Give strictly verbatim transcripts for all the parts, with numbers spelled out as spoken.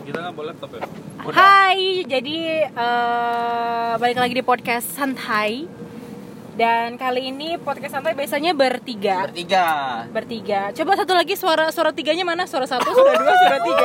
Kita nggak boleh laptop ya? Hai, jadi uh, balik lagi di podcast Santai. Dan kali ini podcast Santai biasanya bertiga. Bertiga. Bertiga. Coba satu lagi suara suara tiganya mana? Suara satu, suara dua, suara tiga.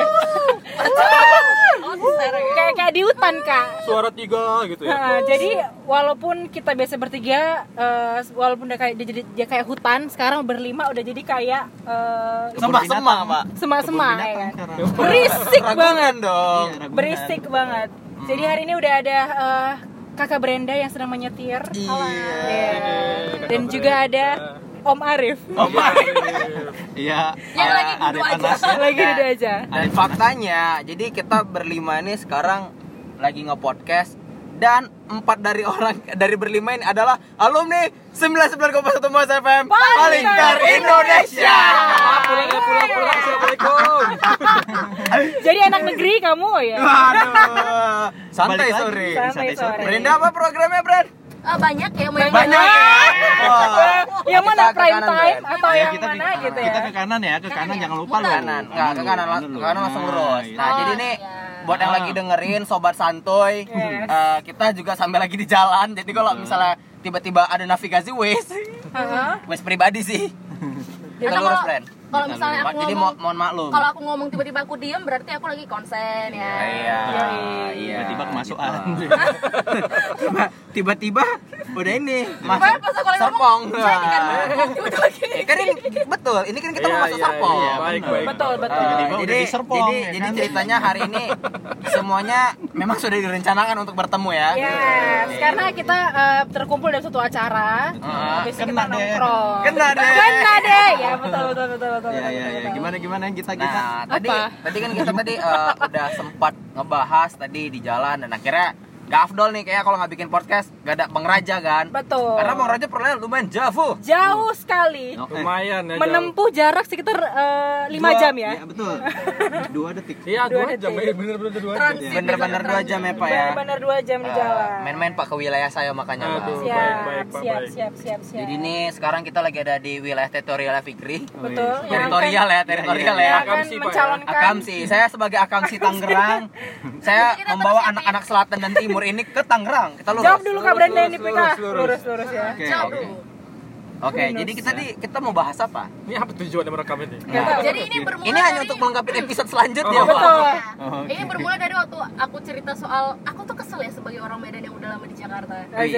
Kayak kayak di hutan kak. Suara tiga gitu ya. Nah, jadi walaupun kita biasa bertiga, uh, walaupun udah kayak jadi dia kayak hutan, sekarang berlima udah jadi kayak uh, Semak-semak, Pak. semak-semak ya kan. Berisik banget dong. Iya, berisik banget. Jadi hari ini udah ada uh, Kakak Brenda yang sedang menyetir. Iya. Yeah. Dan juga ada Om Arif. Om Arif. Iya. Yang lagi Arif duduk panas. aja. Lagi duduk aja. Dan faktanya, jadi kita berlima ini sekarang lagi nge-podcast dan empat dari orang dari berlima ini adalah alumni sembilan puluh sembilan koma satu Mas F M paling kar Indonesia. Pulang ya, pulang, pulang. Assalamualaikum. Jadi anak negeri kamu ya? Waduh. Santai sore. Santai sore. Brenda apa programnya, Brand? Uh, banyak ya, mau yang Banyak. mana? Wah. Yang mana Kita ke prime kanan, time Brand. atau Ya, yang kita mana ke, gitu ya? kita ke kanan ya, ke kanan ya? jangan lupa Muter. loh. Kanan, enggak ke kanan, Dulu, ke kanan langsung lurus. iya. Nah, Oh, jadi nih iya. buat yang Ah. lagi dengerin sobat santuy, Yes. eh, kita juga sambil lagi di jalan. Jadi kalau misalnya tiba-tiba ada navigasi Waze, Heeh. Waze pribadi sih. Kita Atau lurus, kalau- Brand. Kalau misalnya aku Jadi ngomong, mo- mohon maklum. kalau aku ngomong tiba-tiba aku diem, berarti aku lagi konsen ya. Iya. Yoi. Iya. Tiba-tiba kemasukan. Tiba- Tiba-tiba udah ini Pokoknya masuk pas aku lagi serpong. ngomong, saya ini kan ngomong tiba-tiba gini. Ya, kan ini betul, ini kan kita mau Iya, masuk iya, serpong. iya. Baik, baik. Betul, betul. Tiba-tiba Eh, udah jadi, di serpong, jadi, ya jadi kan? ceritanya hari ini semuanya memang sudah direncanakan untuk bertemu ya. Yes, Iya. karena kita uh, terkumpul dalam suatu acara. Ah, Habis itu kena kita deh. nongkrong. Kena deh. Kena deh. Ya, betul betul betul betul. Ya betul, ya ya. betul. Gimana gimana kita kita. Nah, tadi Apa? tadi kan kita tadi eh, udah sempat ngebahas tadi di jalan dan akhirnya gak afdol nih kayak kalau nggak bikin podcast gak ada Bang Raja kan. Betul. Karena Bang Raja perlahan lumayan jauh. Jauh sekali. Lumayan ya. Menempuh jarak sekitar uh, lima Dua- jam Ya ya. betul. Dua detik. jauh. Iya, Dua dua jam detik. ya, bener-bener dua jam. Transit. Bener-bener dua jam ya Pak ya. Benar-benar dua jam di Eh, jalan. Main-main Pak ke wilayah saya makanya Pak. Aduh. Siap, Baik, baik, Pak, siap, baik. siap, siap, siap. Jadi nih sekarang kita lagi ada di wilayah teritorial Fikri. betul. Yang Teritorial akan- ya, teritorial yang ya. akan Akamsi, Pak, ya. mencalonkan. Akamsi, saya sebagai Akamsi Tangerang, saya Kita membawa terus ya, anak-anak selatan dan timur ini ke Tangerang. Kita lurus. Jawab dulu Kak Lurus, Brenda lurus, ini P K. lurus, lurus. Lurus, lurus ya. Oke. Jauh oke. dulu. Oke, jadi kita di kita mau bahas apa? Ini apa tujuannya merekam ini? Nggak tahu. Jadi ini bermula Ini hanya dari- untuk melengkapi episode selanjutnya, Oh, Pak. Betul. Oh, Ini bermula dari waktu aku cerita soal aku tuh kesel ya sebagai orang Medan yang udah lama di Jakarta. Asik.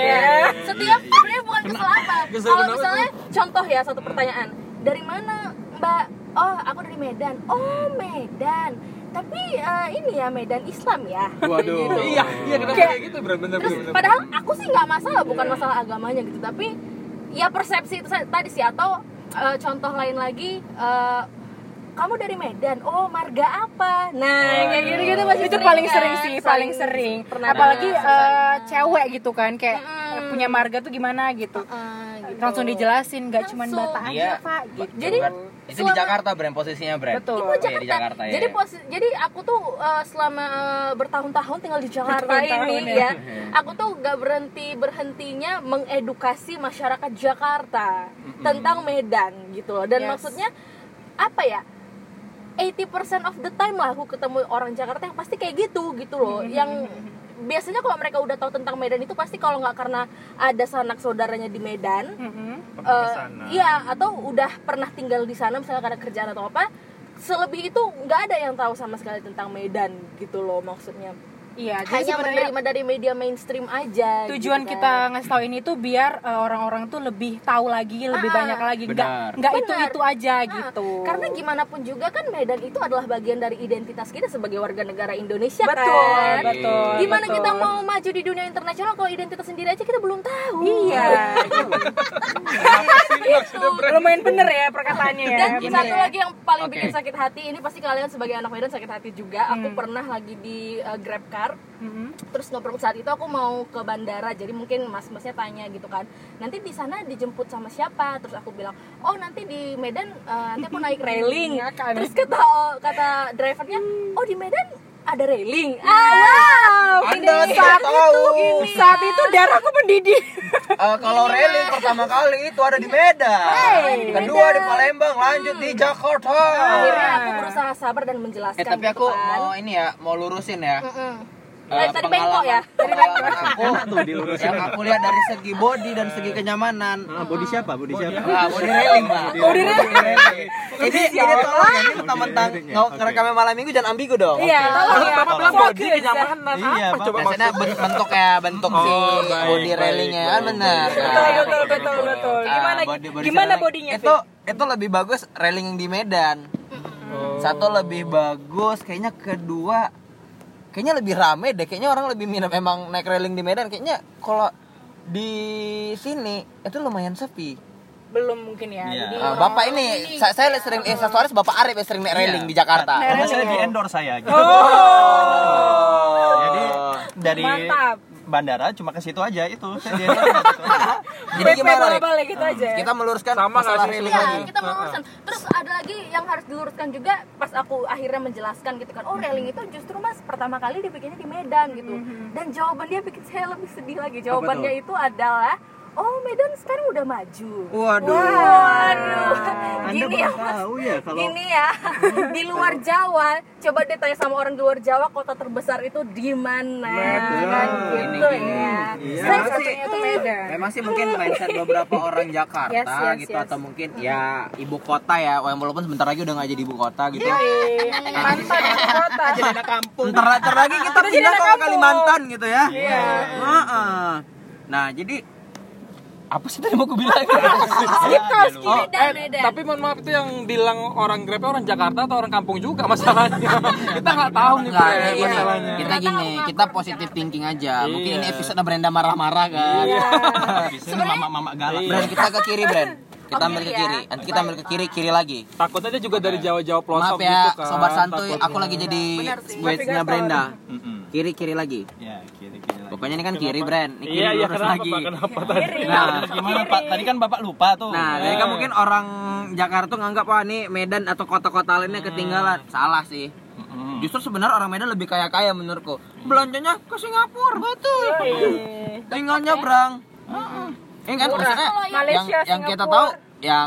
Setiap sebenarnya bukan kesel apa. Kesel Kalau kenapa misalnya contoh ya satu pertanyaan. Dari mana Mbak? Oh, aku dari Medan. Oh, Medan. Tapi eh, ini ya Medan Islam ya. Waduh. Iya, iya kenapa Kayak- kayak gitu, Bro? Bener Terus bener. padahal aku sih nggak masalah, bukan masalah agamanya gitu, tapi ya persepsi itu sa- tadi sih. Atau eh, contoh lain lagi, eh, kamu dari Medan, oh marga apa? Nah kayak gitu-gitu masih Itu sering paling kan, sering sih, paling sering. pernah Apalagi dengar, eh, cewek gitu kan, kayak Mm-mm. punya marga tuh gimana gitu. Eh, gitu. Langsung dijelasin, nggak cuma Langsung. bata aja Iya. Pak. Gitu. Jadi itu di Jakarta, Brand, posisinya, Brand. Betul. Itu Iya, Jakarta. di Jakarta ya. Jadi posi- jadi aku tuh uh, selama uh, bertahun-tahun tinggal di Jakarta Bertahun-tahun ini ya. ya, aku tuh gak berhenti berhentinya mengedukasi masyarakat Jakarta tentang Medan gitu loh. Dan Yes. maksudnya apa ya? eighty percent of the time lah aku ketemu orang Jakarta yang pasti kayak gitu gitu loh. Yang biasanya kalau mereka udah tahu tentang Medan itu pasti kalau nggak karena ada sanak saudaranya di Medan, Mhm. Pernah Eh, kesana. iya, atau udah pernah tinggal di sana misalnya karena kerjaan atau apa. Selebih itu nggak ada yang tahu sama sekali tentang Medan gitu loh maksudnya. Iya, jadi Hanya sebenarnya menerima dari media mainstream aja. tujuan gitu kita kan. ngasih tahu ini tuh biar uh, orang-orang tuh lebih tahu lagi, lebih Ah, banyak lagi, nggak benar. nggak Benar. itu itu aja Nah, gitu. Karena gimana pun juga kan Medan itu adalah bagian dari identitas kita sebagai warga negara Indonesia betul, kan. betul. Gimana betul. kita mau maju di dunia internasional kalau identitas sendiri aja kita belum tahu. Iya. Gitu. Lumayan bener ya perkataannya ya. Dan bener satu ya. lagi yang paling Oke. bikin sakit hati, ini pasti kalian sebagai anak Medan sakit hati juga. Aku Hmm. pernah lagi di uh, Grab Car, Mhm. terus ngobrol saat itu aku mau ke bandara, jadi mungkin mas-masnya tanya gitu kan, nanti di sana dijemput sama siapa? Terus aku bilang, oh nanti di Medan uh, nanti aku naik railing. Ngakak. Terus kata kata drivernya, oh di Medan ada railing. Ah, wow, Anda ini tidak saat tahu. itu gini. Saat itu darahku mendidih. Uh, kalau railing pertama kali itu ada di Medan, Hey, kedua Medan. di Palembang, lanjut di Jakarta. Akhirnya aku berusaha sabar dan menjelaskan Eh tapi gitu aku kan. mau ini ya, mau lurusin ya. Mm-mm. Eh, Dari tadi bengkok ya. Dari aku yang aku lihat dari segi body dan segi kenyamanan. Ah, body siapa? Body siapa? Ah, body railing, Pak. Body railing. Ini ini tolong ya, ini mentang-mentang nggak ngerekamnya malam minggu jangan ambigu dong. Iya, tolong ya. Bapak bilang body Fokus. kenyamanan Iya, apa Bapak. coba Maksudnya maksudnya? ben- bentuk ya, bentuk si Oh, baik, body baik, railingnya baik. kan benar. Betul, Nah, betul, betul, betul. ah, Gimana body- body gimana railing. bodinya? Itu itu lebih bagus railing yang di Medan. Satu lebih bagus, kayaknya kedua kayaknya lebih rame deh, kayaknya orang lebih minat emang naik railing di Medan. Kayaknya kalau di sini itu lumayan sepi. Belum mungkin ya. Iya. Jadi Nah, Bapak ini, saya, saya lihat sering instastories Bapak Arif yang sering naik railing di Jakarta. Naik Karena saya railing. di endorse saya gitu. Oh. Jadi dari Mantap. bandara cuma ke situ aja itu. Saya di endorse gitu. Jadi gimana, Rip? Balik gitu aja. Kita meluruskan Sama nggak masalah sih? railing Iya, lagi. kita meluruskan. Terus ada lagi yang harus diluruskan juga pas aku akhirnya menjelaskan gitu kan. Oh, railing itu justru Mas pertama kali dibikinnya di Medan gitu. Dan jawaban dia bikin saya lebih sedih lagi. Jawabannya itu adalah oh, Medan sekarang udah maju. Waduh. Waduh. Anda Gini ya, baru Mas. tahu ya kalau Gini ya. Di luar Jawa, coba deh tanya sama orang di luar Jawa kota terbesar itu di mana. Kan gitu Gini, ya. Iya. Saya Memang seperti sih- itu Medan. Memang sih mungkin mindset beberapa orang Jakarta Yes, yes, gitu yes. atau mungkin ya ibu kota ya, walaupun sebentar lagi udah nggak jadi ibu kota gitu. Mantan ibu kota. jadi anak kampung. Bentar, bentar lagi kita Udah jadi pindah anak ke kampung. Kalimantan gitu ya. Iya. Heeh. Nah, jadi apa sih tadi mau gue bilang? Skip kau, skip. Oh, Medan, eh, Medan. tapi mohon maaf itu yang bilang orang Grab orang Jakarta atau orang kampung juga masalahnya. Kita nggak tahu nih Nggak, Bre, gini, masalahnya. kita gini, kita positif thinking aja. Mungkin Iya. ini episode Brenda marah-marah kan. Biasanya mama-mama galak. Brand kita ke kiri, Brand. Kita ambil ke kiri ya. kiri. Nanti kita ambil ke kiri, kiri lagi. Takutnya dia juga dari Jawa-Jawa pelosok Maaf ya, gitu kan. sobat santuy, takutnya. aku lagi jadi Benar sih. wage-nya Brenda. Mm-mm. Kiri, kiri lagi. Ya, kiri-kiri lagi. Pokoknya ini kan kiri, Brand. Ini kiri Iya, iya, lurus kenapa lagi. Pak? Kenapa tadi? Nah, Gimana Pak? Tadi kan Bapak lupa tuh. Nah, jadi kan mungkin orang Jakarta nganggap wah ini Medan atau kota-kota lainnya ketinggalan. Salah sih. Mm-mm. Justru sebenarnya orang Medan lebih kaya-kaya menurutku. Belanjanya ke Singapura, betul. Tinggalnya berang. Ini kan maksudnya yang Malaysia, yang kita Singapura. tahu yang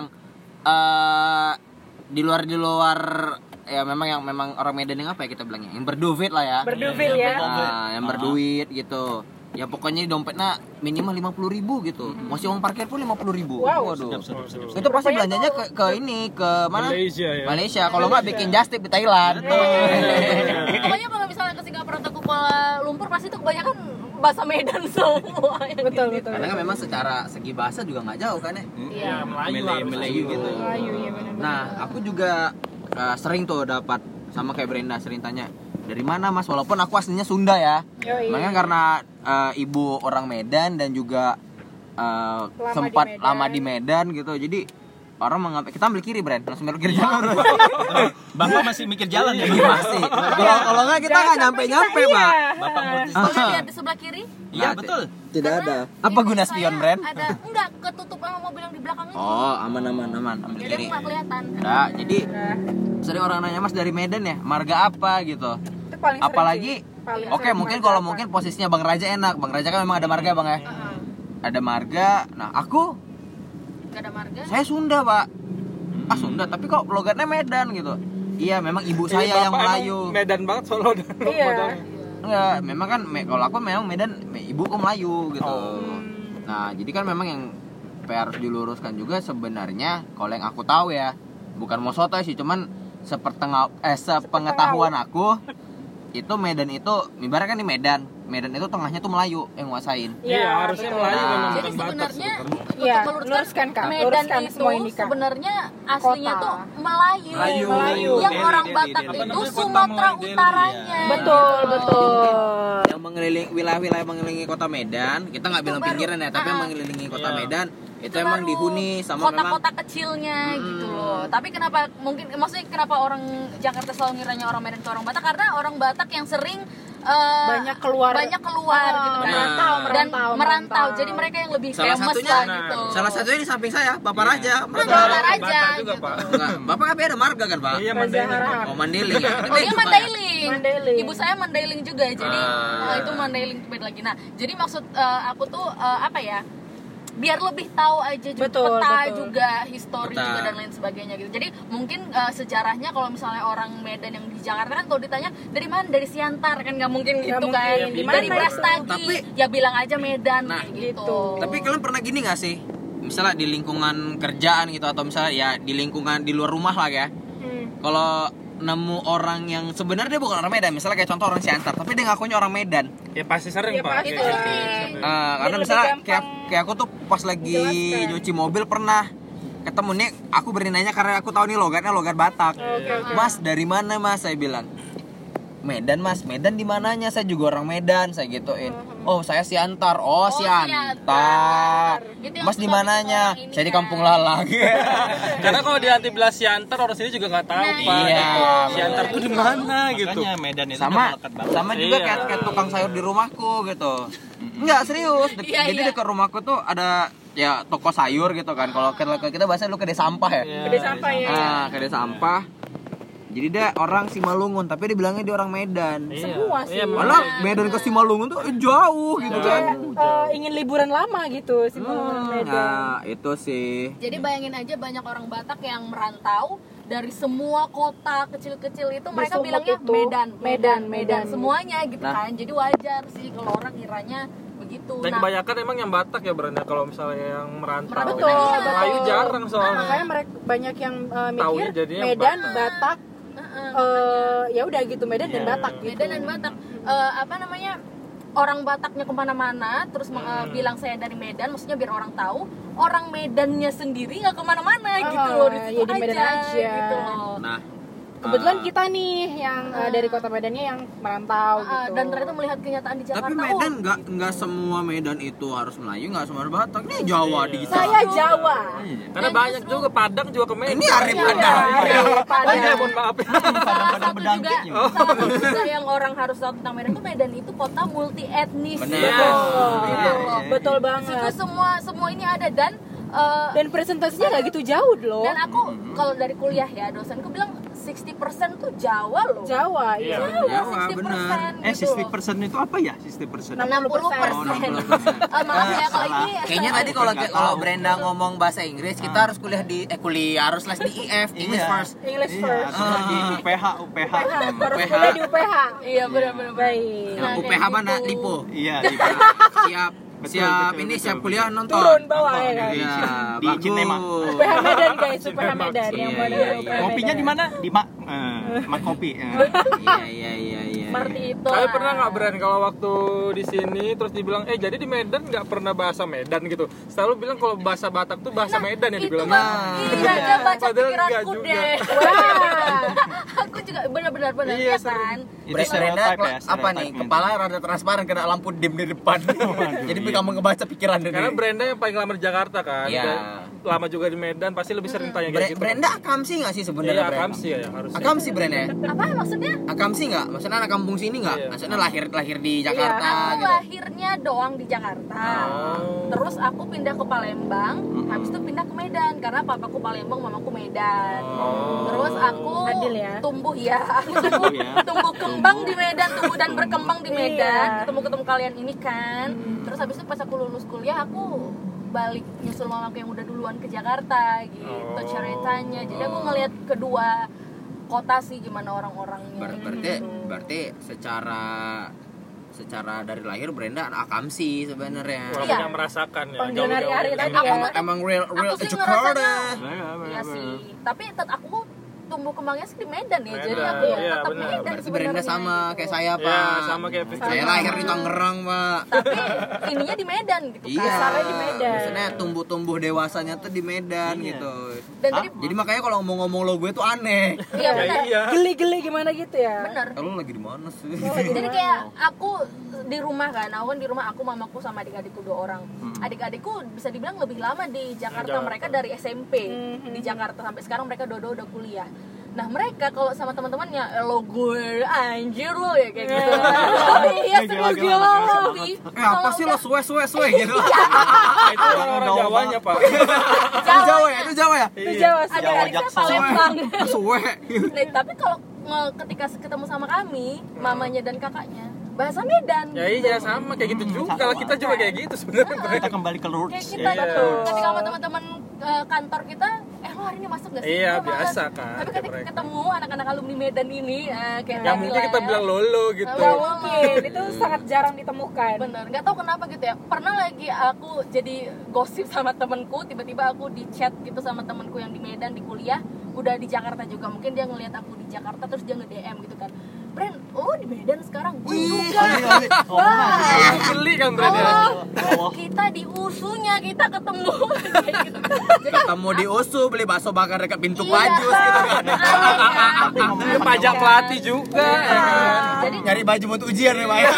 eh di luar di luar ya memang yang memang orang Medan yang apa ya kita bilangnya yang berduit lah ya. Berduit ya. Nah, yang berduit gitu. Ya pokoknya dompetnya minimal lima puluh ribu gitu. Mau uang parkir pun lima puluh ribu. Wow. Waduh. Sedap, sedap, sedap. Itu pasti belanjanya ke, ke ini ke mana? Malaysia ya. Malaysia. Kalau nggak bikin just tip di Thailand. Pokoknya kalau misalnya ke Singapura atau ke Kuala Lumpur pasti itu kebanyakan bahasa Medan semua. yang Betul, gitu. betul. Karena kan memang secara segi bahasa juga nggak jauh kan ya. Iya. Melayu Melayu, harus Melayu gitu. Melayu ya benar. Nah, aku juga uh, sering tuh dapat sama kayak Brenda sering tanya dari mana Mas, walaupun aku aslinya Sunda ya. Yoi. Makanya karena uh, ibu orang Medan dan juga uh, Lama sempat di Medan. lama di Medan gitu. Jadi orang mengambil kita ambil kiri, Brand. Langsung ambil kiri jalur. Bapak masih mikir jalan ya? Masih. Kalau kalau enggak kita nggak nyampe-nyampe, Pak. Bapak multi. Kalau lihat di sebelah kiri Iya, Nah, betul. Tidak ada. Apa ibu guna saya spion, Brand? Ada enggak ketutup sama mobil yang di belakang itu. Oh, aman aman aman. Ambil Jadi kiri. aku nggak kelihatan. Nah, jadi sering orang nanya Mas dari Medan ya, marga apa gitu. Itu paling sering Apalagi sih. Paling oke sering mungkin marga kalau apa? mungkin posisinya Bang Raja enak. Bang Raja kan memang ada marga, Bang ya. Ada marga. Nah, aku Enggak ada marga. saya Sunda, Pak. Ah, Sunda, tapi kok logatnya Medan gitu. Iya, memang ibu Iya, saya yang Bapak Melayu. emang Medan banget Solo dan Iya. modalnya. Enggak, memang kan me- kalau aku memang Medan, me- ibuku Melayu gitu. Oh. Nah, jadi kan memang yang P R harus diluruskan juga sebenarnya kalau yang aku tahu ya, bukan mau soto sih, cuman sepertengah eh sepengetahuan aku itu Medan itu ibarat kan di Medan. Medan itu tengahnya tuh Melayu yang nguasain. Iya, harusnya betul. Melayu Nah. memang Jadi bukan Batak sebenarnya sebenarnya. Iya, untuk meluruskan, luruskan, Kak. Medan Luruskan itu semua ini, Kak. sebenarnya aslinya Kota. tuh Melayu. Melayu. Melayu. Yang Delhi, orang Delhi, Batak Delhi. itu Betul, Sumatera Delhi, Utaranya. iya. Betul, betul. Yang mengelilingi wilayah-wilayah mengelilingi kota Medan, kita nggak bilang baru. pinggiran ya, tapi Ah. yang mengelilingi kota Iya. Medan itu, Itu emang baru dihuni sama memang kota-kota kecilnya gitu loh. Tapi kenapa mungkin maksudnya kenapa orang Jakarta selalu ngiranya orang Medan itu orang Batak karena orang Batak yang sering eh, Banyak keluar. banyak keluar Ah, gitu kan. merantau, dan merantau, merantau. merantau. Jadi mereka yang lebih salah famous satunya lah gitu. salah satunya di samping saya, Bapak Raja. Bapak Bapak Raja Batak juga, gitu. Pak. Enggak, Bapak tapi ada marga kan, Pak? Iya, Raja Mandailing. Harahap. Oh, Mandailing ya. Oh iya Mandailing. Mandailing. Ibu saya Mandailing juga. Jadi Ah. eh, itu Mandailing beda lagi. Nah, jadi maksud eh, aku tuh eh, apa ya? biar lebih tahu aja juga Betul, peta betul. juga, histori Peta. juga dan lain sebagainya gitu. Jadi mungkin uh, sejarahnya kalau misalnya orang Medan yang di Jakarta kan kalau ditanya dari mana, dari Siantar kan nggak mungkin Nggak gitu mungkin. kan. Di Dari mana Brastagi, itu? Tapi- ya bilang aja Medan Nah, kayak gitu. gitu. Tapi kalian pernah gini gak sih? Misalnya di lingkungan kerjaan gitu atau misalnya ya di lingkungan di luar rumah lah ya. Hmm. Kalau nemu orang yang sebenarnya dia bukan orang Medan, misalnya kayak contoh orang Siantar, tapi dia ngakunya orang Medan. Ya pasti sering, Ya, Pak. pasti. Kayak Itu gitu. sih. Uh, karena lebih misalnya gampang kayak kayak aku tuh pas lagi menjelaskan. nyuci mobil pernah ketemu nih, aku berani nanya karena aku tahu nih logatnya logat Batak. Oke, oke. Mas dari mana mas? Saya bilang Medan mas. Medan di mananya? Saya juga orang Medan. Saya gituin. Oh saya Siantar. Oh, Oh, Siantar. Siantar. Gitu yang Mas di suka mananya? bikin orang ini Saya di kan. Kampung Lalang. Karena kalau dia nanti bilang Siantar, orang sini juga nggak tahu, Nah, Pak. iya. Siantar tuh di mana gitu. Makanya Medan itu sama udah melekat banget. sama juga Iya. kayak, kayak tukang sayur di rumahku gitu. Enggak serius. Dek- Iya, jadi iya. dekat rumahku tuh ada ya toko sayur gitu kan. Kalau kita kita bahasa lu kedai sampah ya. Iya. Gede sampah ya. Ah, kedai sampah. Jadi dia orang Simalungun, tapi dia bilangnya dia orang Medan. Iya. Semua sih. Iya, Malah Medan ke Simalungun tuh jauh gitu Kayak kan. eh, ingin liburan lama gitu sih Hmm, Medan. ya itu sih. Jadi bayangin aja banyak orang Batak yang merantau dari semua kota kecil-kecil itu mereka Sumut bilangnya itu, Medan, Medan, Medan. semuanya gitu Nah. kan. Jadi wajar sih kalau orang kiranya begitu. Dan Nah, kebanyakan emang yang Batak ya beranda kalau misalnya yang merantau. Merantau, Betul, iya. Melayu betul. jarang soalnya. Makanya mereka banyak yang eh, Taunya mikir jadinya Medan, Batak. Batak, Heeh, eh, ya udah gitu Medan dan Iya. Batak gitu. Medan dan Batak. Eh, apa namanya, orang Bataknya kemana-mana terus meng- eh, bilang saya dari Medan, maksudnya biar orang tahu orang Medannya sendiri nggak kemana-mana Oh, gitu loh, di ya situ di Medan aja, aja. gitu loh. Nah, Kebetulan ah, kita nih yang eh, dari kota Medannya yang merantau Ah, gitu. dan ternyata melihat kenyataan di Jakarta. tapi oh, Medan nggak nggak semua Medan itu harus Melayu, nggak semua harus Batak. Nih Jawa di kita. Saya Jawa. Karena Dan banyak justru- juga Padang juga ke Medan. Ini Arif Iya, Padang. iya, Oh Padang. iya, mohon maaf. salah Padang satu berdangkit juga, juga. salah satu juga yang orang harus tahu tentang Medan itu Medan itu kota multi etnis. Benar. Gitu. Betul. Gitu loh. Betul Di situ banget. semua semua ini ada dan eh, Dan presentasinya nggak gitu jauh loh. dan aku kalau dari kuliah ya dosenku bilang enam puluh persen tuh Jawa loh. Jawa, iya. Iya. Jawa, Jawa, enam puluh persen Eh, gitu enam puluh loh. persen itu apa ya? enam puluh persen. enam puluh persen. Oh, enam puluh persen. Eh, maaf ya kalau ini Kayaknya tadi kalau kalau Brenda ngomong bahasa Inggris, kita harus kuliah di eh kuliah harus les di I F, English Iya. first. English Iya, first. harusnya di U P H, U P H. Harus U P H. kuliah di U P H. iya benar-benar. Baik. Yang Nah, U P H kayak mana? gitu. Lipo. Iya, di Siap, Betul, siap betul, ini betul, siap betul. kuliah nonton. Turun bawah ya kan. Iya, Di Cinema. bagus. U P H Medan guys, U P H Medan yang Iya, mana iya, U P H iya. Kopinya Medan. di mana? Di Mak eh, Mak Kopi. eh. Iya, iya, iya, iya. Seperti itu. Tapi lah. pernah nggak Bran kalau waktu di sini terus dibilang eh jadi di Medan nggak pernah bahasa Medan gitu. Selalu bilang kalau bahasa Batak tuh bahasa Medan yang Itu dibilang. Nah. iya aja baca Padahal pikiranku enggak juga. deh. Wah. Aku juga benar-benar benar Iya, ya sering. kan. Itu Brenda stereotype ya, apa nih? stereotype Kepala rada transparan kena lampu dim di depan. Jadi iya. kamu ngebaca pikiran dari. Karena Brenda yang paling lama di Jakarta kan. Iya. Dan lama juga di Medan pasti lebih sering tanya Bre- kayak gitu. Brenda akamsi nggak sih sebenarnya? Iya, Brenda? Akamsi ya harusnya. Akamsi Brenda ya? Apa maksudnya? Akamsi nggak? Maksudnya anak kampung sini nggak? Iya. Maksudnya lahir lahir di Jakarta Aku gitu. lahirnya doang di Jakarta. Oh. Terus aku pindah ke Palembang, habis itu pindah ke Medan karena papaku Palembang, mamaku Medan. Oh. Terus aku Adil ya. tumbuh ya, aku tumbuh, ya. tumbuh kembang di Medan, tumbuh dan berkembang di Medan, Iya. ketemu ketemu kalian ini kan. Terus habis itu pas aku lulus kuliah aku balik nyusul mamaku yang udah duluan ke Jakarta gitu Oh. ceritanya. Jadi aku ngelihat kedua kota sih gimana orang-orangnya. Ber- berarti berarti secara secara dari lahir Brenda anak akamsi sebenarnya. Walaupun Iya. yang merasakan ya. Panggilan jauh-jauh hari-hari gitu. tadi Emang, ya. emang, emang real real Aku sih Jakarta. ngerasanya Iya sih. Tapi tetap aku tumbuh kembangnya sih di Medan ya. Jadi Medan, aku iya, tetap benar. Medan Berarti sebenarnya. Brenda sama kayak saya, Iya, Pak. sama kayak Vicky. Saya lahir di Tangerang, Pak. Tapi ininya di Medan gitu kan. Iya. Besarnya di Medan. Maksudnya tumbuh-tumbuh dewasanya tuh di Medan Iya. gitu. Dan tadi Jadi makanya kalau ngomong-ngomong lo gue tuh aneh. iya Ya, benar. iya. Geli-geli gimana gitu ya. Benar. Lo lagi di mana sih? Jadi kayak aku di rumah kan, aku kan di rumah aku mamaku sama adik-adikku dua orang. Adik-adikku bisa dibilang lebih lama di Jakarta, Jakarta. mereka dari S M P di Jakarta sampai sekarang mereka dua-dua udah kuliah. Nah mereka kalau sama teman-temannya "Eh, lo gue anjir lo ya kayak gitu. Oh iya serius gila lo. Tapi Eh apa sih lo suwe suwe suwe gitu? Nah, itu orang-orang Jauh Jawanya, Pak. Itu Jawa ya? Itu Jawa ya? Itu Jawa sih. adik-adik saya Jaksel. Palembang. Suwe. Nah, tapi kalau nge- ketika ketemu sama kami, mamanya dan kakaknya, bahasa Medan. Ya iya sama kayak gitu juga. Kalau kita juga kayak gitu sebenarnya. Kita kembali ke Kayak roots. kita Iya. gitu. Ketika sama teman-teman eh, kantor kita, eh lo hari ini masuk gak sih? Iya, Lo malas. biasa kan, Tapi kayak ketika mereka. ketemu anak-anak alumni Medan ini, eh, kayak Ya tadi mungkin lah kita ya. bilang lolo gitu. Nggak mungkin, itu sangat jarang ditemukan. Bener, nggak tahu kenapa gitu ya. Pernah lagi aku jadi gosip sama temenku, tiba-tiba aku di chat gitu sama temenku yang di Medan di kuliah, udah di Jakarta juga. Mungkin dia ngelihat aku di Jakarta terus dia nge-D M gitu kan. Bren, oh di Medan sekarang, gue juga. Iya, geli kan berarti ya. Oh, kita di usunya kita ketemu. Kayak gitu. Jadi Ketemu di U S U beli bakso bakar dekat pintu Iya. Pajus gitu kan. Tapi ngomong Pajak pelatih juga. ya kan? jadi Nyari baju buat ujian ya, Pak ya.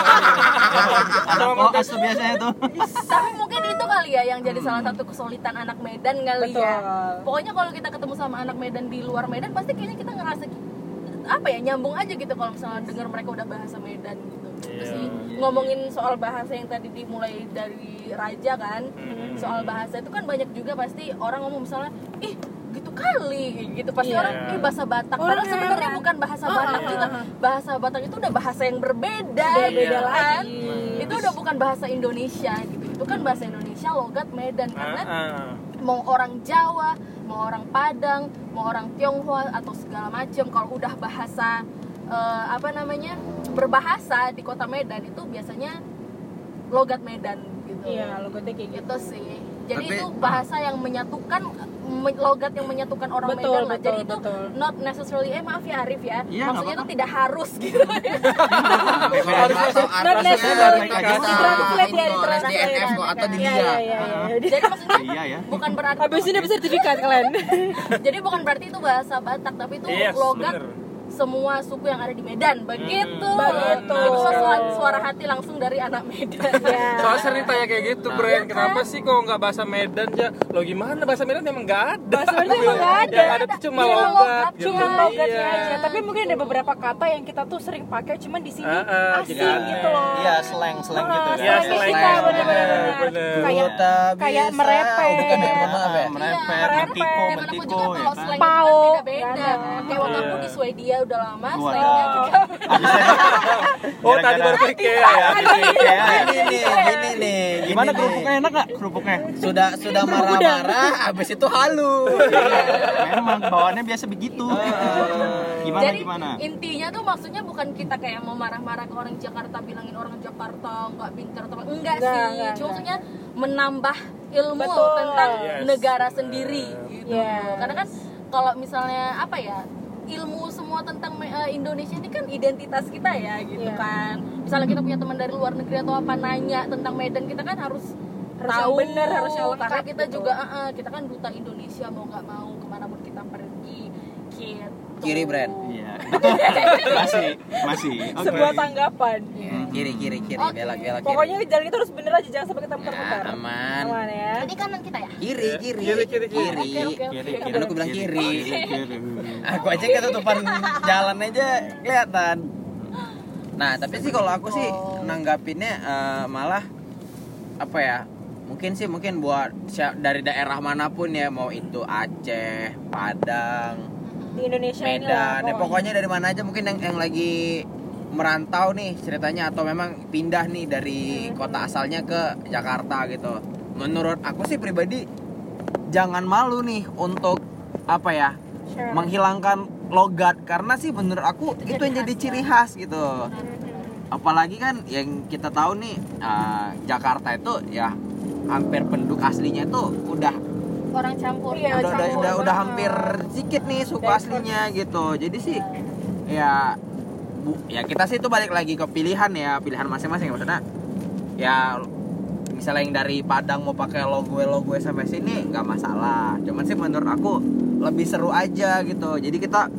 ada koas tuh biasanya tuh. tapi mungkin itu kali ya yang jadi salah satu kesulitan anak Medan kali ya. Betul. Pokoknya kalau kita ketemu sama anak Medan di luar Medan pasti kayaknya kita ngerasa apa ya, nyambung aja gitu kalau misalnya dengar mereka udah bahasa Medan gitu. Terus Iya. sih ngomongin soal bahasa yang tadi dimulai dari Raja kan. Soal bahasa itu kan banyak juga pasti orang ngomong misalnya, "Ih, gitu kali." Gitu pasti Iya. orang, "Ih, bahasa Batak." Orang Padahal sebenarnya heran. bukan bahasa Oh, Batak oh, juga. oh. Bahasa Batak itu udah bahasa yang berbeda, Beda-beda ya kan? lagi. Itu udah bukan bahasa Indonesia gitu. Itu kan bahasa Indonesia logat Medan karena Ah, ah. mau orang Jawa, mau orang Padang, mau orang Tionghoa atau segala macam kalau udah bahasa eh, apa namanya berbahasa di kota Medan itu biasanya logat Medan gitu. Iya, logonya kayak gitu. Gitu sih. Jadi Tapi- itu bahasa yang menyatukan me- logat yang menyatukan orang Betul, Medan lah. betul, Jadi itu betul. not necessarily eh maaf ya Arif ya. Iya, Maksudnya nggak itu tidak harus gitu. Harus masuk Not necessary. Dikasih. Translate ya, di translate. N F kok atau di Iya, dia. iya, iya, iya. Jadi maksudnya Iya ya. bukan berarti Habis ini dapat sertifikat kalian. jadi bukan berarti itu bahasa Batak tapi itu Yes, logat bener. semua suku yang ada di Medan begitu. begitu. Itu suara, suara hati langsung dari anak Medan. Ya. Soalnya sering tanya kayak gitu, Bren. Kenapa sih kok nggak bahasa Medan ya? Lo gimana bahasa Medan emang nggak ada. Bahasa Medan emang nggak ada. Yang ada tuh cuma Cuma logat. logat, gitu. Cuma logatnya Iya. aja. Tapi mungkin ada beberapa kata yang kita tuh sering pakai, cuman di sini Ah, ah, asing jadi aneh. gitu loh. Iya, slang-slang Ah, gitu ya. Iya, slang slang. kita bener-bener. Bener. Kayak Tak kayak bisa. merepet. Oh, bukan ya, mohon maaf ya. Merepet, Iya, mentiko, Gimana pun mentiko juga ya kalau kan. slang Pau. itu kan beda-beda. Iya. Kayak waktu aku Iya. di Swedia udah lama, Waduh. slangnya juga Oh, tadi baru pikir ya. Ini nih, gini nih. Gimana gini nih. kerupuknya enak nggak? Kerupuknya? Sudah sudah marah-marah, habis itu halu. Memang bawaannya biasa begitu. Gimana Jadi gimana? intinya tuh maksudnya bukan kita kayak mau marah-marah ke orang Jakarta bilangin orang Jakarta nggak pintar atau apa. enggak Enggak, sih. enggak, Cuma enggak. maksudnya menambah ilmu Betul. tentang Yes. negara sendiri gitu. Iya. Karena kan kalau misalnya apa ya ilmu semua tentang eh, Indonesia ini kan identitas kita ya gitu Iya. kan. Misalnya kita punya teman dari luar negeri atau apa nanya tentang Medan kita kan harus Harus tahu yang bener, harus yang lengkap karena kita gitu. juga eh, eh, kita kan duta Indonesia mau nggak mau kemanapun kita pergi gitu. Kiri, Bren. Iya. Masih, masih. Oke. Sebuah tanggapan. Hmm, kiri kiri kiri Oke. belok belok kiri. Pokoknya jalan itu harus bener aja, jangan sampai kita muter-muter. Ya, aman. Aman ya. Ini kanan kita ya. Kiri kiri Kiri, kiri, kiri. kiri. Oke, oke, Kiri, oke. kiri. Kan aku bilang kiri. Kiri. Aku aja ketutupan jalan aja kelihatan. Nah, tapi sih kalau aku sih nanggapinnya eh, malah apa ya? Mungkin sih mungkin buat sya- dari daerah manapun ya, mau itu Aceh, Padang, Di Indonesia ini lah. Medan, ya pokoknya dari mana aja mungkin yang yang lagi merantau nih ceritanya atau memang pindah nih dari kota asalnya ke Jakarta gitu. Menurut aku sih pribadi jangan malu nih untuk apa ya? Share. Menghilangkan logat karena sih menurut aku itu, Itu yang jadi jadi khas, ciri khas gitu. Apalagi kan yang kita tahu nih uh, Jakarta itu ya hampir penduduk aslinya tuh udah Orang campur. Iya, udah, udah, campur udah, udah banget. hampir sedikit nih suku Diverse. aslinya gitu. Jadi sih ya bu, ya kita sih itu balik lagi ke pilihan ya, pilihan masing-masing maksudnya. Ya misalnya yang dari Padang mau pakai logo logo sampai sini nggak masalah. Cuman sih menurut aku lebih seru aja gitu. Jadi kita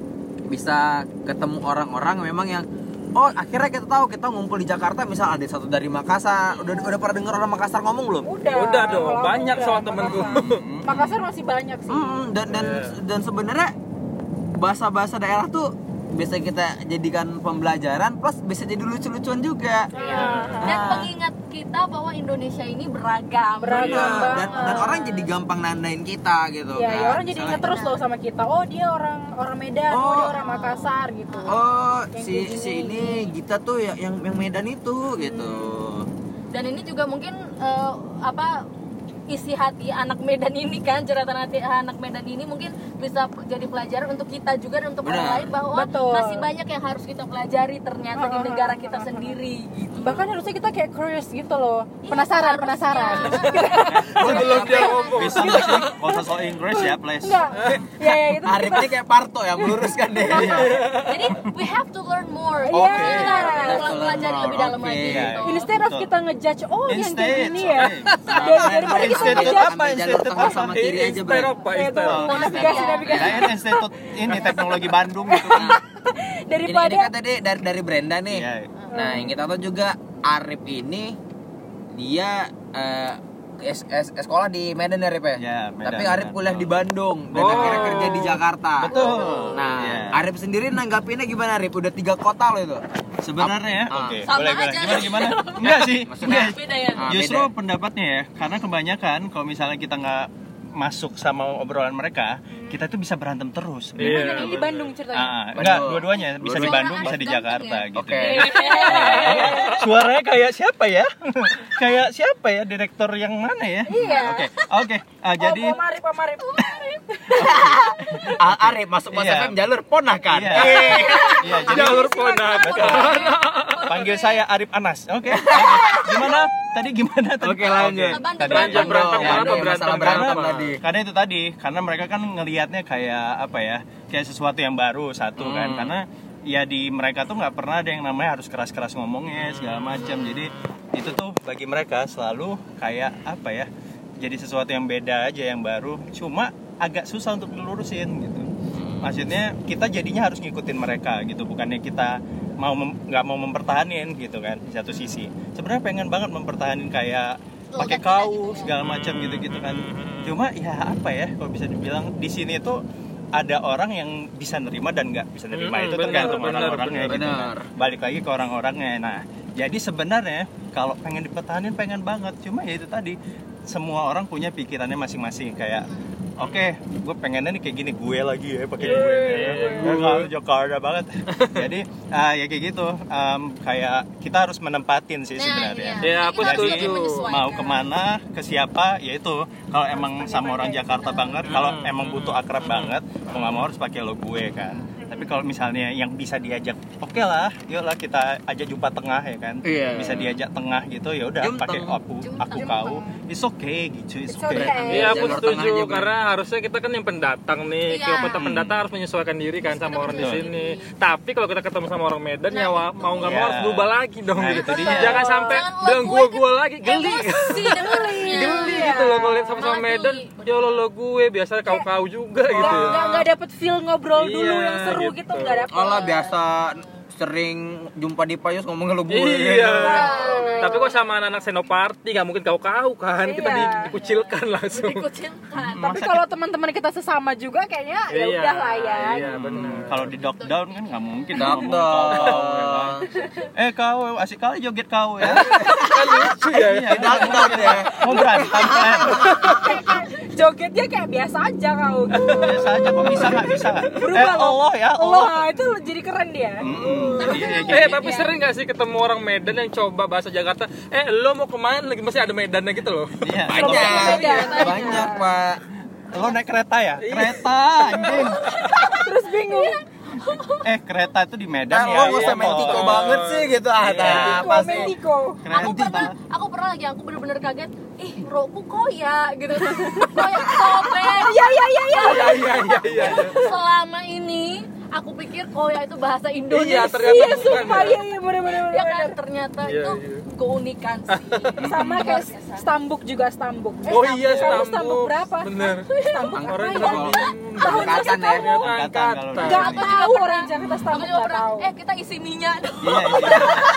bisa ketemu orang-orang memang yang oh akhirnya kita tahu kita ngumpul di Jakarta, misal ada satu dari Makassar. Udah udah pernah dengar orang Makassar ngomong belum? Udah. Udah dong, Kalau aku banyak udah, soal temenku. Makassar. Makassar masih banyak sih. Mm, dan dan Yeah. dan sebenarnya bahasa-bahasa daerah tuh bisa kita jadikan pembelajaran plus bisa jadi lucu-lucuan juga. Iya. Dan pengingat kita bahwa Indonesia ini beragam. Beragam. Iya, banget. dan, dan orang jadi gampang nandain kita gitu Iya, kan. ya orang jadi ingat terus loh sama kita. Oh, dia orang orang Medan, oh, Oh. dia orang Makassar gitu. Oh, Yang si kayak si gini. ini Gita tuh yang yang, yang Medan itu gitu. Dan ini juga mungkin eh, apa isi hati anak Medan ini kan, curhatan hati anak Medan ini mungkin bisa jadi pelajaran untuk kita juga dan untuk orang Benar. lain bahwa Betul. masih banyak yang harus kita pelajari ternyata di negara kita sendiri gitu. Bahkan harusnya kita kayak curious gitu loh. Penasaran, Iya, penasaran. Sebelum dia ngomong. Bisa nggak sih bahasa soal Inggris ya, please? Enggak. Ya ya itu. Arif ini kayak Parto yang meluruskan deh. Jadi we have to learn more. Oke. Kita harus Have to learn pelajari more. lebih dalam Oke. lagi gitu. Instead of kita ngejudge, oh yang kayak Instead, gini ya. oke. Dari- Daripada kita Instead ngejudge. apa? Ambil jalur tengah sama kiri aja, Instead Bro. apa? Itu Instead. navigasi navigasi. Kirain institut ini teknologi Bandung gitu. Ini, Daripada ini kan tadi dari dari Brenda nih. Iya. Nah, yang kita tahu juga Arif ini dia eh, es, es, es- sekolah di Medan ya, Arif ya? Ya, Medan, Tapi Arif Medan. kuliah di Bandung dan Oh. akhirnya kerja di Jakarta. Betul. Nah, Iya. Arif sendiri nanggapinnya gimana, Arif? Udah tiga kota loh itu. Sebenarnya, Ah. oke, Sama boleh boleh. aja. Gimana gimana? Enggak sih. Maksudnya Enggak. Beda ya. Ah, Justru beda. pendapatnya ya, karena kebanyakan kalau misalnya kita nggak masuk sama obrolan mereka, kita tuh bisa berantem terus. Iya. ini di Bandung ceritanya. Ah, enggak, Betul. dua-duanya bisa di Dua-duanya. Bandung, bisa di Suara Jakarta khas gitu. Oke. Suaranya kayak siapa ya? Kayak siapa ya? Direktur yang mana ya? Iya. Oke, oke. Ah, jadi Oh, Marip, oh, Marip. A- Arif masuk Mas Iya. F M jalur ponakan. Iya. Eh. Iya, jadi Jalur ponakan. panggil saya Arif Anas. Oke. Oke. Gimana? Tadi gimana tadi? Oke, lanjut. Berantem, Tadi berantem, berantem, ya, kenapa ada berantem, masalah karena, berantem tadi. karena itu tadi, karena mereka kan ngelihatnya kayak apa ya, kayak sesuatu yang baru satu kan, Hmm. karena ya di mereka tuh nggak pernah ada yang namanya harus keras-keras ngomongnya segala macam, jadi itu tuh bagi mereka selalu kayak apa ya, jadi sesuatu yang beda aja, yang baru, cuma agak susah untuk dilurusin gitu. Maksudnya kita jadinya harus ngikutin mereka gitu, bukannya kita mau mem- nggak mau mempertahanin gitu kan di satu sisi. Sebenarnya pengen banget mempertahanin kayak pakai kaos segala macam gitu-gitu kan. Cuma ya apa ya, kalau bisa dibilang di sini tuh ada orang yang bisa nerima dan nggak bisa nerima. Hmm, Itu benar, tergantung benar, orang-orangnya benar, gitu kan. benar. Balik lagi ke orang-orangnya. Nah, jadi sebenarnya kalau pengen dipertahanin pengen banget. Cuma ya itu tadi, semua orang punya pikirannya masing-masing kayak oke, gue pengennya nih kayak gini, gue lagi ya pakai gue, ya, kalau Jakarta banget. Jadi ah, ya kayak gitu, Em, kayak kita harus menempatin sih Nah, sebenarnya. iya. Ya, aku Kita harus setuju. lebih menyesuaikan. Mau kemana, ke siapa, ya itu. Kalau emang sama orang Jakarta banget, kalau emang butuh akrab banget, mau nggak mau harus pakai lo gue kan. Tapi kalau misalnya yang bisa diajak, oke lah, yuklah kita ajak jumpa tengah ya kan. Iya. Bisa diajak tengah gitu, ya udah Jumpeng. pakai aku, aku kau, it's okay gitu, it's It's okay. okay. Iya, aku Jalur setuju tengah aja, Bro. karena harusnya kita kan yang pendatang nih. Iya. Kalau kita pendatang harus menyesuaikan diri kan sama orang di sini. Tapi kalau kita ketemu sama orang Medan ya wa- mau nggak mau Iya. harus berubah lagi dong Nah, gitu. itu dia. Jangan sampai Jangan lo bilang gue gua kan gua lagi geli. Emosi dengernya. Geli gitu loh kalau lihat sama-sama Malah Medan. geli. Ya lo lo gue biasanya kau-kau juga gitu. Nggak nggak nggak dapet feel ngobrol dulu Iya, yang seru gitu. gitu nggak dapet. Kalau biasa sering jumpa di Payus ngomongnya lo gue. Iya. Nah, Tapi kok sama anak-anak senoparty nggak mungkin kau-kau kan. Kita Iya. di- dikucilkan langsung. Dikucilkan. Tapi kalau teman-teman kita sesama juga kayaknya ya Iya, udah lah ya. Iya, benar. Kalau di down kan nggak mungkin Knock ngomong kau, kau, ya kan. down. Eh kau asik kali joget kau ya. Kan lucu ya. Iya, knock down ya. Mau berantem kan? Jogetnya kayak biasa aja kau. Biasa aja kok bisa nggak bisa nggak? Eh Berubah loh. Allah ya Allah, Allah. itu jadi keren dia. Mm-mm. Jadi ya Eh kayak tapi sering gak sih ketemu orang Medan yang coba bahasa Jakarta? Eh lo mau kemana? Lagi masih ada Medannya gitu loh. Iya. Banyak, Medan. banyak Pak. Lo naik kereta ya? Kereta anjing. Terus bingung. Eh kereta itu di Medan Nah, ya. lo nggak usah Iya, main kok. tiko banget sih gitu. Ah, Iya. apa sih? Mendiko. Aku pernah, aku pernah lagi, aku bener-bener kaget. Ih, roku koya gitu. Koya sobek. Iya iya iya iya. Iya iya iya iya. Selama ini aku pikir koya itu bahasa Indonesia. Iya, ternyata Iya bukan sumpah ya. iya iya bener bener Ya bener. kan ternyata Iya, itu iya. keunikan sih. Sama kayak Stambuk juga Stambuk. Eh, Oh iya, Stambuk Stambuk. berapa? Bener. Stambuk Orang apa kenapa ya? bingung? Angkatan ya. Ternyata Angkatan angkatan. kalau Gak Aku tahu orang Jakarta Aku Stambuk juga gak pernah, tahu. eh kita isi minyak. Iya iya.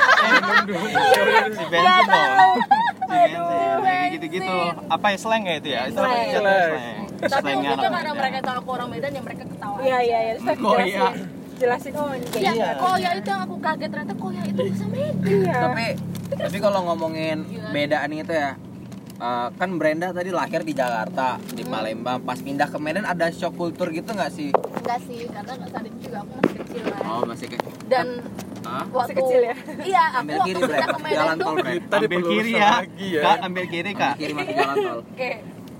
Eh, si bensin dong. Si bensin. Kayak gitu-gitu. Apa ya slang ya itu ya? Itu apa Slang. jatuhnya Slang. slang. Tapi Slangnya mungkin anak karena Medan. mereka tahu aku orang Medan yang mereka ketawa. Iya iya iya. Terus aku Oh, iya. jelasin. jelasin oh ini kayak Iya, Iya. Koya itu yang aku kaget ternyata Koya itu bisa Medan. iya. Tapi tapi kalau ngomongin bedaan itu ya, uh, kan Brenda tadi lahir di Jakarta, di Palembang. Pas pindah ke Medan ada shock kultur gitu nggak sih? Enggak sih, karena saat itu juga aku masih kecil lah. Oh masih kayak. Dan Hah? waktu kecil ya? Iya, aku Ambil waktu kiri, pindah Brenda. ke Medan Jalan tuh tol, Brenda. Tadi Ambil perlu kiri usaha ya. lagi ya. Kak, ambil kiri Kak. Kiri masih jalan tol. Oke.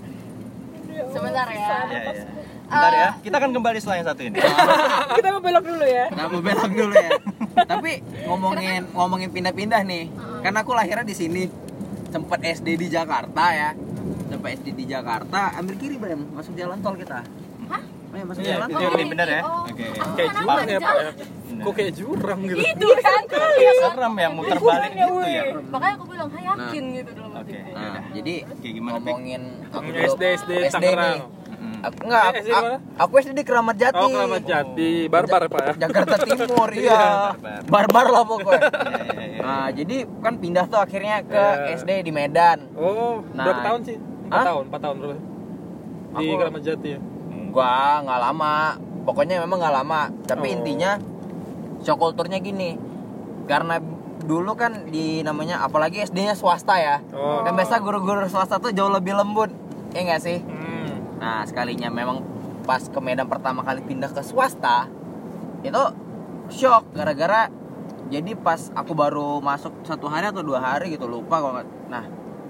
Sebentar ya. Ya, ya. Bentar ya. Kita akan kembali setelah yang satu ini. Kita mau belok dulu ya. Nah, mau belok dulu ya. Tapi ngomongin ngomongin pindah-pindah nih. Karena aku lahirnya di sini. Sempet S D di Jakarta ya. Sempet S D di Jakarta, ambil kiri, Brem. Masuk jalan tol kita. Hah? Ayo masuk Iya, jalan Itu tol. yang paling benar ya. Oh, Oke. aku Kayak kan jurang ya, Pak. panjang. Kok kayak jurang gitu. Itu kan kali. Serem ya muter balik gitu ya. Makanya aku bilang, "Hai yakin" gitu dalam Oke. hatiku. Nah, jadi Kayak gimana, Pik? ngomongin aku Hmm, dulu S D S D S D nih. Tangerang. Mm. Aku enggak, Eh, aku, S D mana? aku S D di Keramat Jati. Oh, Keramat Jati. Barbar ya, Pak ya. Jakarta Timur, iya. Barbar. Barbar lah pokoknya. Iya, iya, iya. Nah, jadi kan pindah tuh akhirnya ke Iya. S D di Medan. Oh, Nah. berapa tahun sih? empat Hah? tahun, empat tahun berapa? Di Aku- Keramat Jati ya. Enggak, enggak lama. Pokoknya memang enggak lama. Tapi Oh. intinya shock kulturnya gini. Karena dulu kan di namanya apalagi S D-nya swasta ya. Oh. Dan biasa guru-guru swasta tuh jauh lebih lembut. Iya enggak sih? Hmm. Nah, sekalinya memang pas ke Medan pertama kali pindah ke swasta, itu shock gara-gara jadi pas aku baru masuk satu hari atau dua hari gitu lupa kalau nggak. Nah,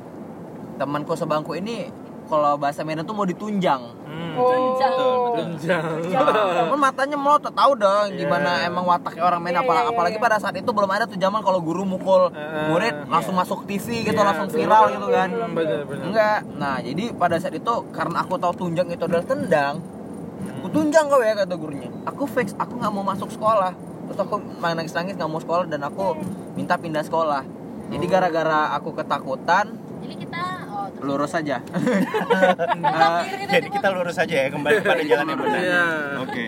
temanku sebangku ini kalau bahasa Medan tuh mau ditunjang. Hmm. Oh. Betul, betul. Tunjang. Kan matanya melotot, tahu dong gimana Iya. emang wataknya orang Medan. Iya, Apal- iya, apalagi iya. pada saat itu belum ada tuh zaman kalau guru mukul Eh, murid langsung masuk T V gitu, Iya, langsung betul. viral gitu kan. Hmm, bener, bener. Enggak. Nah, jadi pada saat itu karena aku tahu tunjang itu adalah tendang, aku tunjang kau ya kata gurunya. Aku fix, aku nggak mau masuk sekolah. Terus aku main nangis-nangis nggak mau sekolah dan aku minta pindah sekolah. Jadi gara-gara aku ketakutan, Jadi kita oh, terus lurus aja. Jadi kita lurus aja ya kembali pada jalan yang benar. Iya. Oke.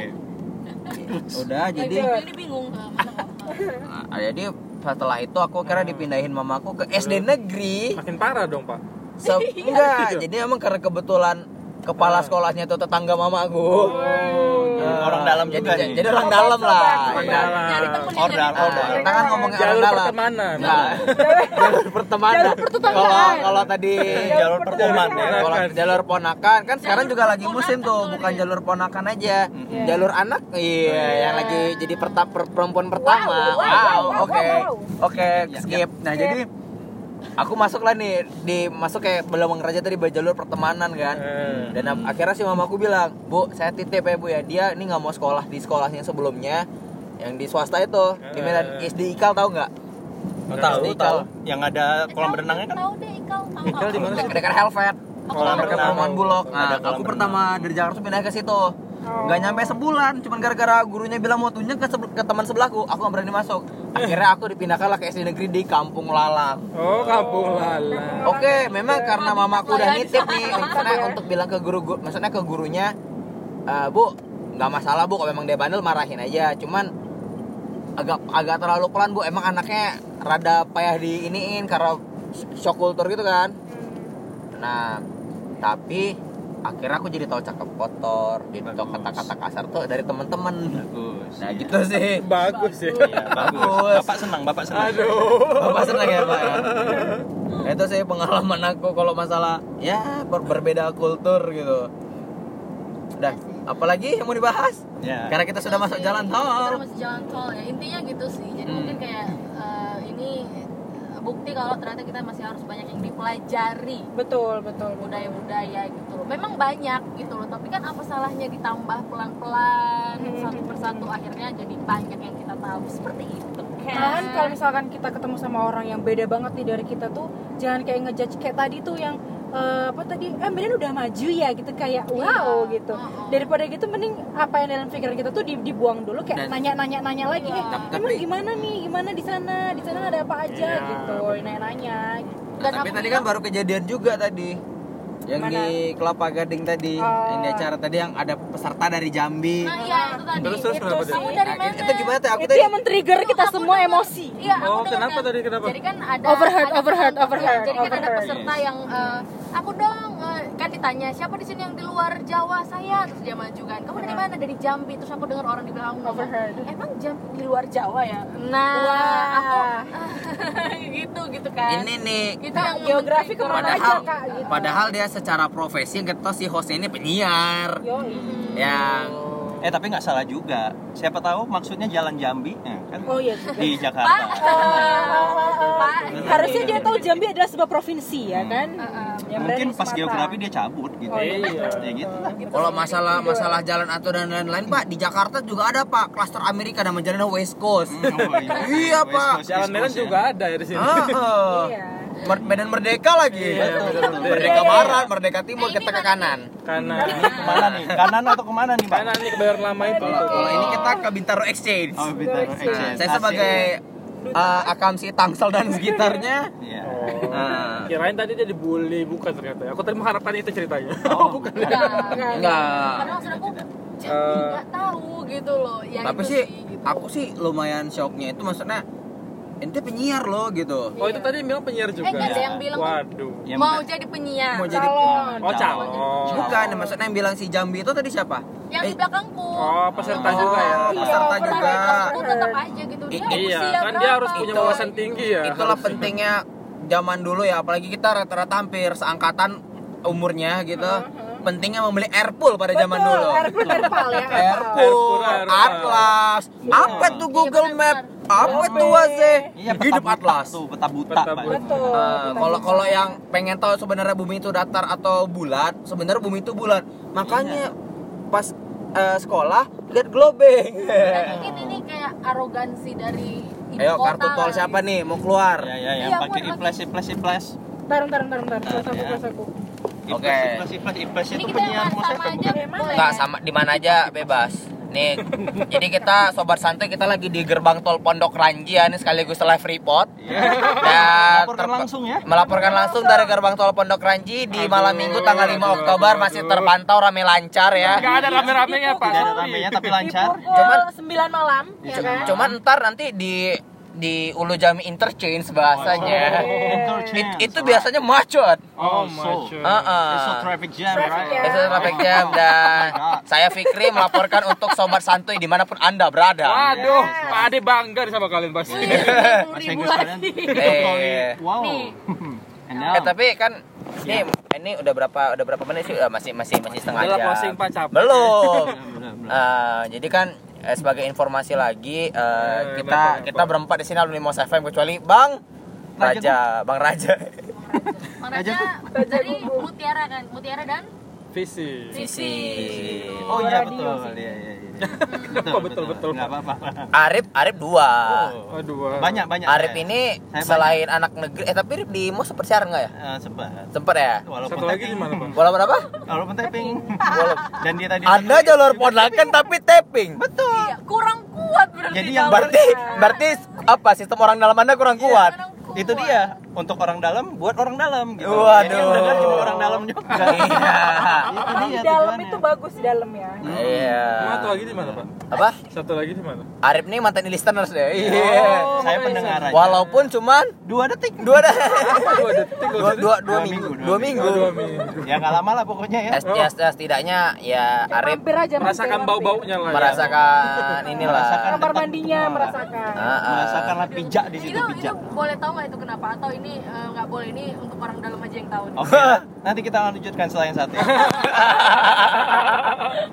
Udah, jadi ini bingung kan. nah, jadi setelah itu aku kira dipindahin mamaku ke S D negeri. Makin parah dong, Pak. Se- enggak, jadi emang karena kebetulan kepala sekolahnya itu tetangga mamaku. Eh, Orang dalam jadi, juga nih. jadi orang dalam lah. Orang ya. dalam. Nyari temennya Order, jadi order. Nah, kita kan ngomongin orang Jalur dalam. pertemanan. Nah, jalur pertemanan. Jalur pertetanggaan. Kalau kalau tadi Jalur pertemuan ya. kalau jalur ponakan kan sekarang juga lagi musim tuh, bukan jalur ponakan aja. Jalur anak iya yang lagi jadi perta- per- perempuan pertama. Wow, wow, Wow, wow, oke. wow, Oke, skip. Nah, jadi aku masuk lah nih di masuk kayak Belawang Raja tadi jalur pertemanan kan. Eh. Dan ap- akhirnya si mamaku bilang, "Bu, saya titip ya Bu ya. Dia ini nggak mau sekolah di sekolahnya sebelumnya yang di swasta itu. Di Medan S D Ikal tahu nggak? Tahu, Ikal. tahu. Yang ada kolam berenangnya kan? Tahu deh Ikal. tahu, Ikal di tahu. mana? Dekat Helvet. Kolam Dekat berenang. Perumahan Bulog. Nah, Ada kolam aku berenang. pertama dari Jakarta pindah ke situ. Nggak nyampe sebulan, cuman gara-gara gurunya bilang mau tunjuk ke, sebe- ke teman sebelahku, aku nggak berani masuk. Akhirnya aku dipindahkan lah ke S D negeri di Kampung Lalang. Oh, Kampung Lala. Oke, memang karena mamaku udah nitip nih, maksudnya untuk bilang ke guru, gu- maksudnya ke gurunya, "Eh, Bu, nggak masalah Bu, kalau memang dia bandel marahin aja. Cuman agak agak terlalu pelan Bu, emang anaknya rada payah diiniin karena shock kultur gitu kan." Nah, tapi akhirnya aku jadi tahu cakep kotor, jadi tahu Bagus. kata-kata kasar tuh dari teman-teman. Bagus. Nah, gitu sih. Bagus ya. Iya, bagus. Bagus. Bapak senang, Bapak senang. Aduh. Bapak senang ya Pak ya? Nah, itu sih pengalaman aku kalau masalah ya ber- berbeda kultur gitu. Udah, apalagi yang mau dibahas? Ya. Karena kita sudah masuk jalan Kita tol. masuk jalan tol ya. Intinya gitu sih. Jadi Hmm. mungkin kayak eh, ini eh, bukti kalau ternyata kita masih harus banyak yang dipelajari. Betul, betul, betul. Budaya-budaya gitu loh. Memang banyak gitu loh, tapi kan apa salahnya ditambah pelan-pelan Hmm. satu persatu akhirnya jadi banyak yang kita tahu seperti itu. Malahan kalau misalkan kita ketemu sama orang yang beda banget nih dari kita tuh, jangan kayak ngejudge kayak tadi tuh yang eh, apa tadi, eh Medan udah maju ya gitu, kayak wow Iya. gitu. Uh-uh. Daripada gitu mending apa yang dalam pikiran kita tuh di- dibuang dulu, kayak Dan- nanya-nanya nanya lagi, Iya. eh Tapi- emang gimana nih, gimana di sana, di sana ada apa aja Iya. gitu, nanya-nanya. Gitu. Nah, Dan tapi aku tadi kan bilang- baru kejadian juga tadi. Yang Mana? di Kelapa Gading tadi, Oh. yang di acara tadi yang ada peserta dari Jambi. Nah iya itu tadi. Terus, terus itu kenapa kamu dia? dari Nah, mana? itu gimana tuh? Aku Itu tadi yang men-trigger kita Aku semua dengar. emosi. Iya, aku Oh, dengar kenapa kan. tadi, kenapa? Jadi kan ada Overheard, ada overheard, kelompok- overheard, Jadi kan ada overheard. peserta yang eh, aku dong eh, kan kan ditanya siapa di sini yang di luar Jawa, saya, terus dia maju kan, kamu dari mana? Dari Jambi. Terus aku dengar orang di belakang ngomong, Overheard. emang Jambi di luar Jawa ya? Nah, Wah. aku gitu gitu kan. Ini nih Itu yang Geografi men-trigger kemana orang. aja, padahal Kak, gitu. padahal dia secara profesi yang kita tahu si hostnya ini penyiar Yoi. yang Eh tapi nggak salah juga. Siapa tahu maksudnya Jalan Jambi, ya, kan? Oh iya juga. Di Jakarta. Pak, Harusnya dia tahu Jambi adalah sebuah provinsi ya kan? Yang berada Mungkin di pas Sumatera. geografi dia cabut gitu. Oh, iya. Ya gitu lah. kalau masalah masalah jalan atau dan lain-lain Pak, di Jakarta juga ada Pak klaster Amerika nama jalannya West Coast. Oh, Iya, West Pak. Coast, Jalan East Medan Coast, ya. juga ada ya di sini. Ah, ah. Iya. Mer- Medan Merdeka lagi. Iya, betul, betul. Merdeka Barat, Merdeka Timur, Nah, kita ini ke mana kanan. Karena Kemana nih? Kanan atau kemana nih, Pak? kanan nih kebayoran lama itu. Kalau ini kita ke Bintaro Exchange. Oh, Bintaro Exchange. Saya Asik. sebagai uh, Akamsi Tangsel dan sekitarnya. Iya. Oh. Nah, Kirain tadi dia dibully, bukan ternyata. Aku tadi mengharapkan itu ceritanya. Oh, bukan. enggak. Karena maksud aku Jambi nggak tahu gitu loh. Ya Tapi itu sih gitu. aku sih lumayan shocknya itu maksudnya ente penyiar loh gitu. Oh itu tadi bilang penyiar juga. Eh nggak ada yang bilang tuh Waduh. Ya, mau Mbak. jadi penyiar. Mau jadi Calon. Oh calon. Bukan, maksudnya yang bilang si Jambi itu tadi siapa? Yang Eh, di belakangku. Oh peserta Oh, juga ya. peserta Iya, juga. Aku tetap aja gitu. Dia I- Iya, usia kan dia berapa? harus punya Itu- wawasan tinggi ya. Itulah pentingnya zaman dulu ya, apalagi kita rata-rata hampir seangkatan umurnya gitu. Pentingnya membeli Airpool pada zaman Betul, dulu. Airpool Airpal ya. Airpool, Airpool, Airpool. Atlas. Apa tuh Google Iya, Map? benar. Apa tuh Waze? Iya, peta Hidup buta Atlas. tuh, peta buta, Peta Pak. buta. Betul. Nah, kalau kalau yang pengen tahu sebenarnya bumi itu datar atau bulat, sebenarnya bumi itu bulat. Makanya pas eh, sekolah lihat globeng. Dan mungkin ini kayak arogansi dari ibu Ayo kota kartu tol lah. siapa nih mau keluar? Ya, ya, yang Iya, pakai buat iples, iples, iples. Ntar, ntar, ntar, ntar. Kelas aku, Ya. kelas aku. Oke. Iples, iples, iples Ini itu kita penyiar yang mau sama saya aja bukan. boleh. Enggak sama di mana aja bebas. Nih, jadi kita sobat santai kita lagi di gerbang tol Pondok Ranji ya, ini sekaligus live report. Dan Laporkan terpa- langsung ya. Melaporkan langsung dari gerbang tol Pondok Ranji di malam Minggu tanggal lima Oktober masih terpantau rame lancar ya. Nggak ada rame-ramenya Pak. Tidak ada Sorry. ramenya tapi Di lancar. pukul Cuman- sembilan malam, ya kan? Cuman ntar nanti di di Ulu Jami Interchange bahasanya. Interchange. It- itu biasanya macet. Oh, so. macet. Heeh. It's a traffic jam, Traffic right? jam. Itu traffic jam dan Oh my God. saya Fikri melaporkan untuk sobat santuy dimanapun anda berada. Waduh, Pak Ade bangga nih sama kalian pasti. Bahasa Bahasa Inggris kalian. Eh. Wow. Nih. And now. Eh tapi kan ini ini udah berapa udah berapa menit sih? Udah masih masih masih setengah Udah lah, jam. closing, Pak, capek. Belum. Benar, benar. Eh, jadi kan eh, sebagai informasi lagi eh, Eh, kita kenapa, kita berempat di sini alumni Mos F M kecuali Bang Raja, Bang Raja. Bang Raja dari Mutiara kan, Mutiara dan Visi. Visi. Oh iya Radio betul. Iya iya iya. Kenapa betul-betul? Enggak apa-apa. Arif Arif dua. Oh. Aduh. wah. Banyak banyak. Arif saya. ini Saya selain anak negeri eh tapi Arif di Mos sempat siaran nggak ya? Eh, sempat. Sempet ya? Walaupun Satu lagi tapping. di mana, Pak? Walaupun apa? Walaupun tapping. Dan dia tadi Anda jalur ponakan tapi tapping. Iya, kurang kuat berarti. Jadi yang jalurnya. Berarti berarti apa sistem orang dalam Anda kurang kuat? Kurang kuat. itu dia untuk orang dalam buat orang dalam gitu. Waduh. Jadi yang dengar cuma orang dalam juga. Iya. Itu Di dia dalam tujuannya. itu bagus di dalam ya. Iya. Satu lagi di mana, Pak? Apa? Satu lagi di mana? Arif nih mantan listeners deh. Iya. Oh, Saya makanya pendengar aja. Walaupun cuman dua detik. dua dah. Dua detik. Dua, dua, dua Dua minggu. minggu, Dua dua minggu. Dua minggu. Ya nggak lama lah pokoknya ya. Ya, ya, ya, setidaknya ya Arif Mampir aja. Merasakan mampir, mampir. bau-baunya lah. ya. merasakan inilah. Merasakan Kamar detak mandinya tua. merasakan. Ah, ah. Merasakanlah pijak di situ Itu, itu pijak. boleh tahu nggak itu kenapa? Atau ini eh, nggak boleh, ini untuk orang dalam aja yang tahu nih. Oke, nanti kita lanjutkan setelah yang satu.